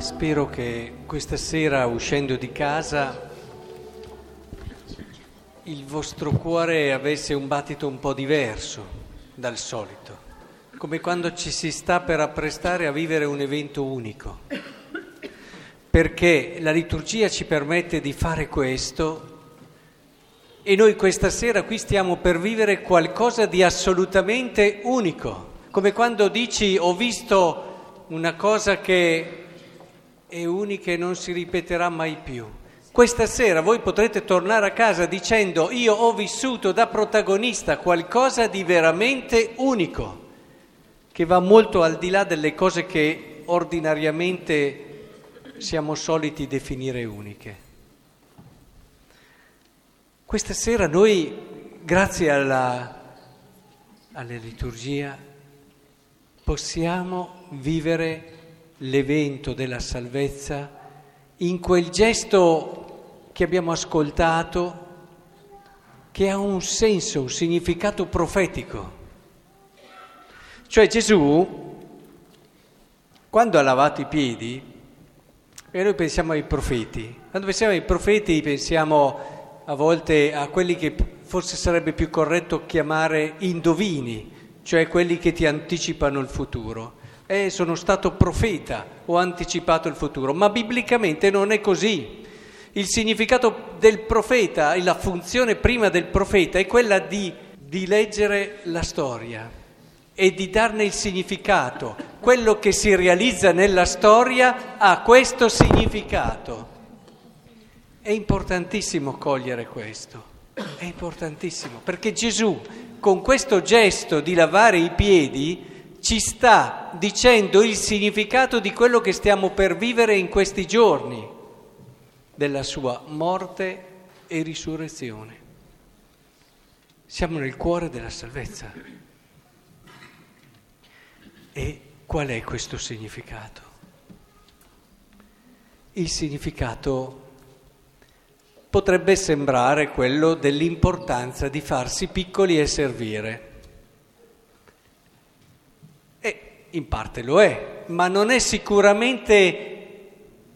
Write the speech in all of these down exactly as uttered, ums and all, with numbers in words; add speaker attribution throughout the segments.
Speaker 1: Spero che questa sera, uscendo di casa, il vostro cuore avesse un battito un po' diverso dal solito, come quando ci si sta per apprestare a vivere un evento unico, perché la liturgia ci permette di fare questo e noi questa sera qui stiamo per vivere qualcosa di assolutamente unico, come quando dici ho visto una cosa che è unica e non si ripeterà mai più. Questa sera voi potrete tornare a casa dicendo io ho vissuto da protagonista qualcosa di veramente unico, che va molto al di là delle cose che ordinariamente siamo soliti definire uniche. Questa sera noi, grazie alla, alla liturgia, possiamo vivere l'evento della salvezza in quel gesto che abbiamo ascoltato, che ha un senso, un significato profetico. Cioè Gesù, quando ha lavato i piedi, e noi pensiamo ai profeti, quando pensiamo ai profeti pensiamo a volte a quelli che forse sarebbe più corretto chiamare indovini, cioè quelli che ti anticipano il futuro. Eh, sono stato profeta, ho anticipato il futuro, ma biblicamente non è così. Il significato del profeta e la funzione prima del profeta è quella di, di leggere la storia e di darne il significato. Quello che si realizza nella storia ha questo significato. È importantissimo cogliere questo, è importantissimo, perché Gesù con questo gesto di lavare i piedi ci sta dicendo il significato di quello che stiamo per vivere in questi giorni, della sua morte e risurrezione. Siamo nel cuore della salvezza. E qual è questo significato? Il significato potrebbe sembrare quello dell'importanza di farsi piccoli e servire. In parte lo è, ma non è sicuramente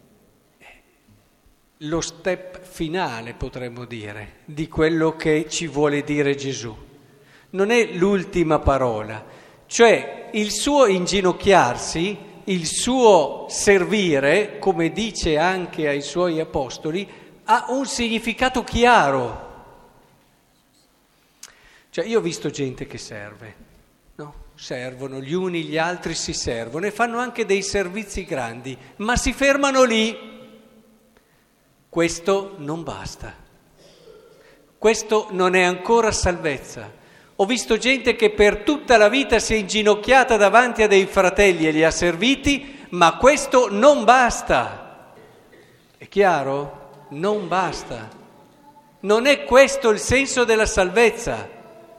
Speaker 1: lo step finale, potremmo dire, di quello che ci vuole dire Gesù. Non è l'ultima parola, cioè il suo inginocchiarsi, il suo servire, come dice anche ai suoi apostoli, ha un significato chiaro. Cioè io ho visto gente che serve, no? Servono, gli uni gli altri si servono e fanno anche dei servizi grandi, ma si fermano lì. Questo non basta. Questo non è ancora salvezza. Ho visto gente che per tutta la vita si è inginocchiata davanti a dei fratelli e li ha serviti, ma questo non basta. È chiaro? Non basta. Non è questo il senso della salvezza.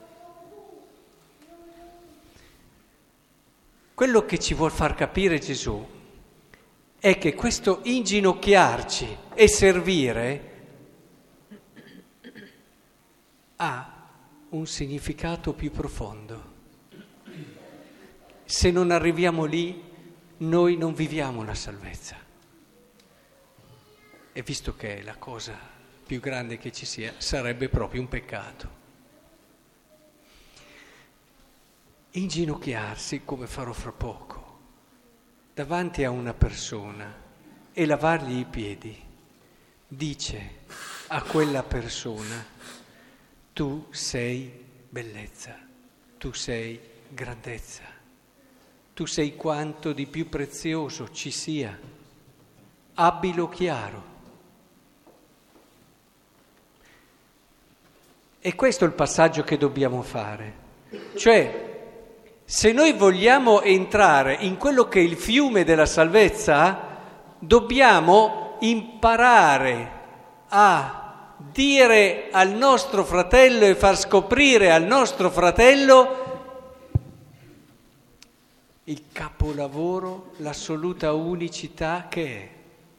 Speaker 1: Quello che ci vuol far capire Gesù è che questo inginocchiarci e servire ha un significato più profondo. Se non arriviamo lì, noi non viviamo la salvezza. E visto che è la cosa più grande che ci sia, sarebbe proprio un peccato. Inginocchiarsi, come farò fra poco, davanti a una persona e lavargli i piedi, dice a quella persona: tu sei bellezza, tu sei grandezza, tu sei quanto di più prezioso ci sia, abbilo chiaro. E questo è il passaggio che dobbiamo fare, cioè se noi vogliamo entrare in quello che è il fiume della salvezza, dobbiamo imparare a dire al nostro fratello e far scoprire al nostro fratello il capolavoro, l'assoluta unicità che è.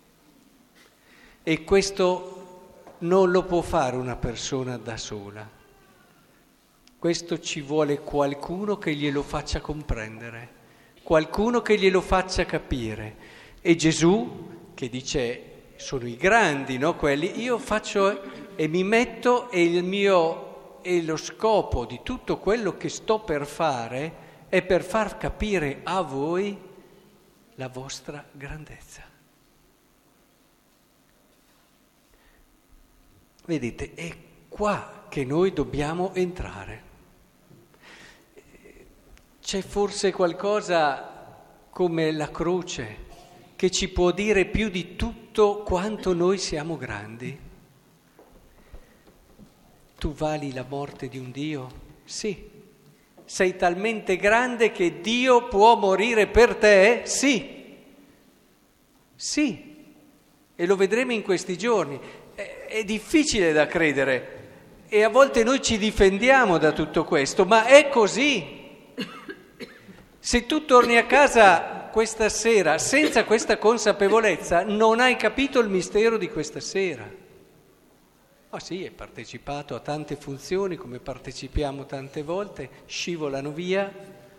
Speaker 1: E questo non lo può fare una persona da sola. Questo ci vuole qualcuno che glielo faccia comprendere, qualcuno che glielo faccia capire. E Gesù, che dice, sono i grandi, no? Quelli, io faccio e mi metto e il mio, e lo scopo di tutto quello che sto per fare è per far capire a voi la vostra grandezza. Vedete, è qua che noi dobbiamo entrare. C'è forse qualcosa come la croce che ci può dire più di tutto quanto noi siamo grandi? Tu vali la morte di un Dio? Sì. Sei talmente grande che Dio può morire per te? Sì. Sì. E lo vedremo in questi giorni. È, è difficile da credere e a volte noi ci difendiamo da tutto questo, ma è così. Se tu torni a casa questa sera senza questa consapevolezza, non hai capito il mistero di questa sera. Ah sì, hai partecipato a tante funzioni, come partecipiamo tante volte, scivolano via.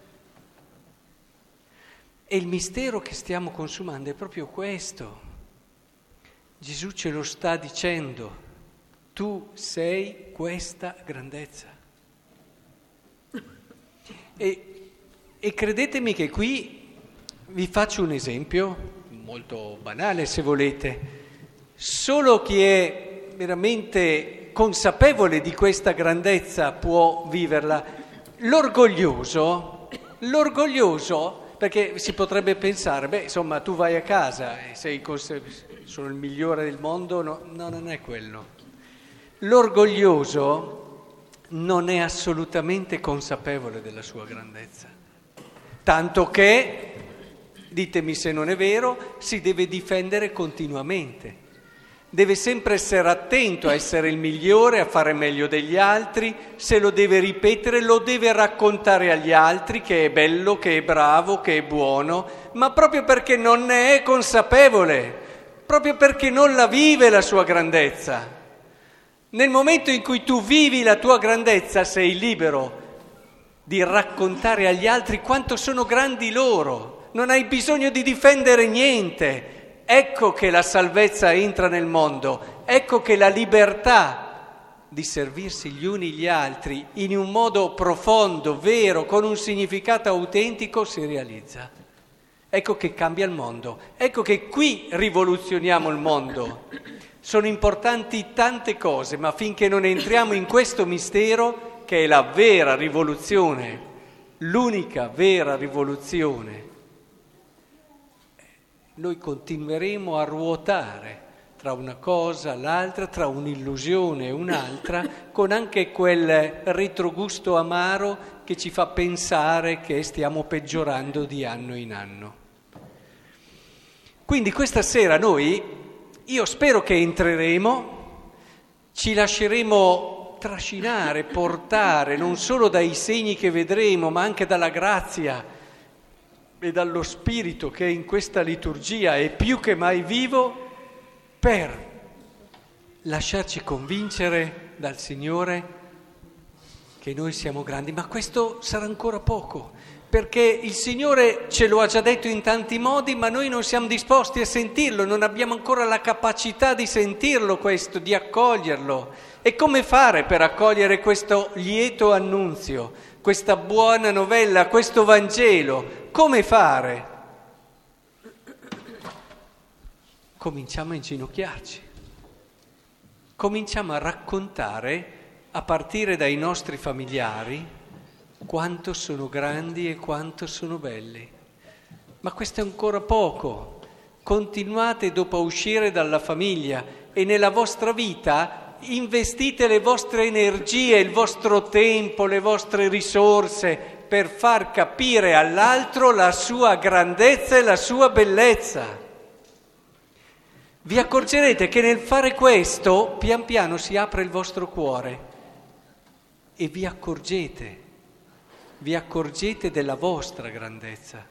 Speaker 1: E il mistero che stiamo consumando è proprio questo. Gesù ce lo sta dicendo, tu sei questa grandezza. E E credetemi che qui vi faccio un esempio, molto banale se volete. Solo chi è veramente consapevole di questa grandezza può viverla. L'orgoglioso, l'orgoglioso, perché si potrebbe pensare, beh, insomma, tu vai a casa e sei conse- sono il migliore del mondo, no, no, non è quello. L'orgoglioso non è assolutamente consapevole della sua grandezza. Tanto che, ditemi se non è vero, si deve difendere continuamente. Deve sempre essere attento a essere il migliore, a fare meglio degli altri, se lo deve ripetere, lo deve raccontare agli altri che è bello, che è bravo, che è buono, ma proprio perché non ne è consapevole, proprio perché non la vive la sua grandezza. Nel momento in cui tu vivi la tua grandezza sei libero di raccontare agli altri quanto sono grandi loro, non hai bisogno di difendere niente. Ecco che la salvezza entra nel mondo, ecco che la libertà di servirsi gli uni gli altri in un modo profondo, vero, con un significato autentico si realizza. Ecco che cambia il mondo, ecco che qui rivoluzioniamo il mondo. Sono importanti tante cose, ma finché non entriamo in questo mistero, che è la vera rivoluzione, l'unica vera rivoluzione, noi continueremo a ruotare tra una cosa e l'altra, tra un'illusione e un'altra, con anche quel retrogusto amaro che ci fa pensare che stiamo peggiorando di anno in anno. Quindi questa sera noi, io spero che entreremo, ci lasceremo trascinare, portare, non solo dai segni che vedremo, ma anche dalla grazia e dallo spirito che in questa liturgia è più che mai vivo, per lasciarci convincere dal Signore che noi siamo grandi. Ma questo sarà ancora poco, perché il Signore ce lo ha già detto in tanti modi, ma noi non siamo disposti a sentirlo, non abbiamo ancora la capacità di sentirlo questo, di accoglierlo. E come fare per accogliere questo lieto annunzio, questa buona novella, questo Vangelo? Come fare? Cominciamo a inginocchiarci, cominciamo a raccontare, a partire dai nostri familiari, quanto sono grandi e quanto sono belli. Ma questo è ancora poco. Continuate dopo a uscire dalla famiglia e nella vostra vita investite le vostre energie, il vostro tempo, le vostre risorse per far capire all'altro la sua grandezza e la sua bellezza. Vi accorgerete che nel fare questo pian piano si apre il vostro cuore e vi accorgete, vi accorgete della vostra grandezza.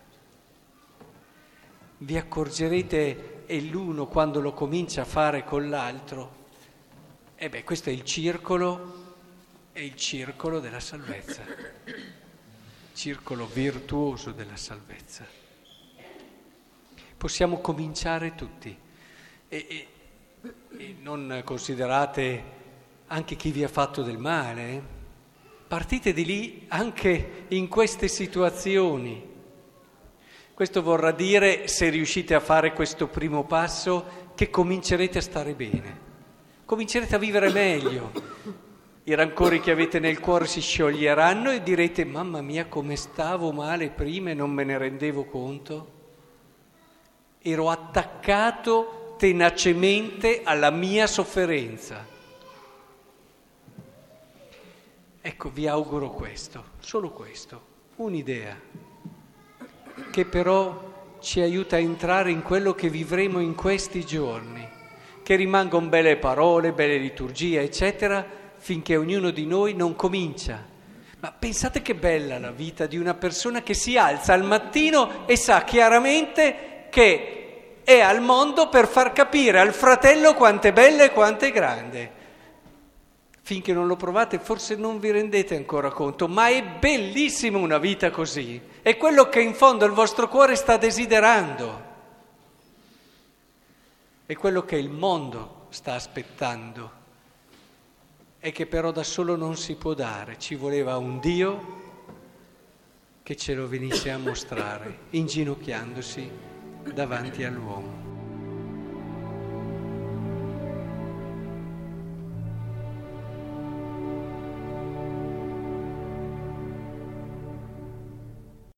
Speaker 1: Vi accorgerete e l'uno quando lo comincia a fare con l'altro. E beh, questo è il circolo, è il circolo della salvezza, circolo virtuoso della salvezza. possiamo cominciare tutti. E, e, e non considerate anche chi vi ha fatto del male, eh? Partite di lì anche in queste situazioni. Questo vorrà dire, se riuscite a fare questo primo passo, che comincerete a stare bene, comincerete a vivere meglio. I rancori che avete nel cuore si scioglieranno e direte: mamma mia, come stavo male prima e non me ne rendevo conto. Ero attaccato tenacemente alla mia sofferenza. Ecco, vi auguro questo, solo questo, un'idea, che però ci aiuta a entrare in quello che vivremo in questi giorni, che rimangono belle parole, belle liturgie, eccetera, finché ognuno di noi non comincia. Ma pensate che bella la vita di una persona che si alza al mattino e sa chiaramente che è al mondo per far capire al fratello quanto è bella e quanto è grande. Finché non lo provate forse non vi rendete ancora conto, ma è bellissima una vita così. È quello che in fondo il vostro cuore sta desiderando. È quello che il mondo sta aspettando. E che però da solo non si può dare. Ci voleva un Dio che ce lo venisse a mostrare, inginocchiandosi davanti all'uomo.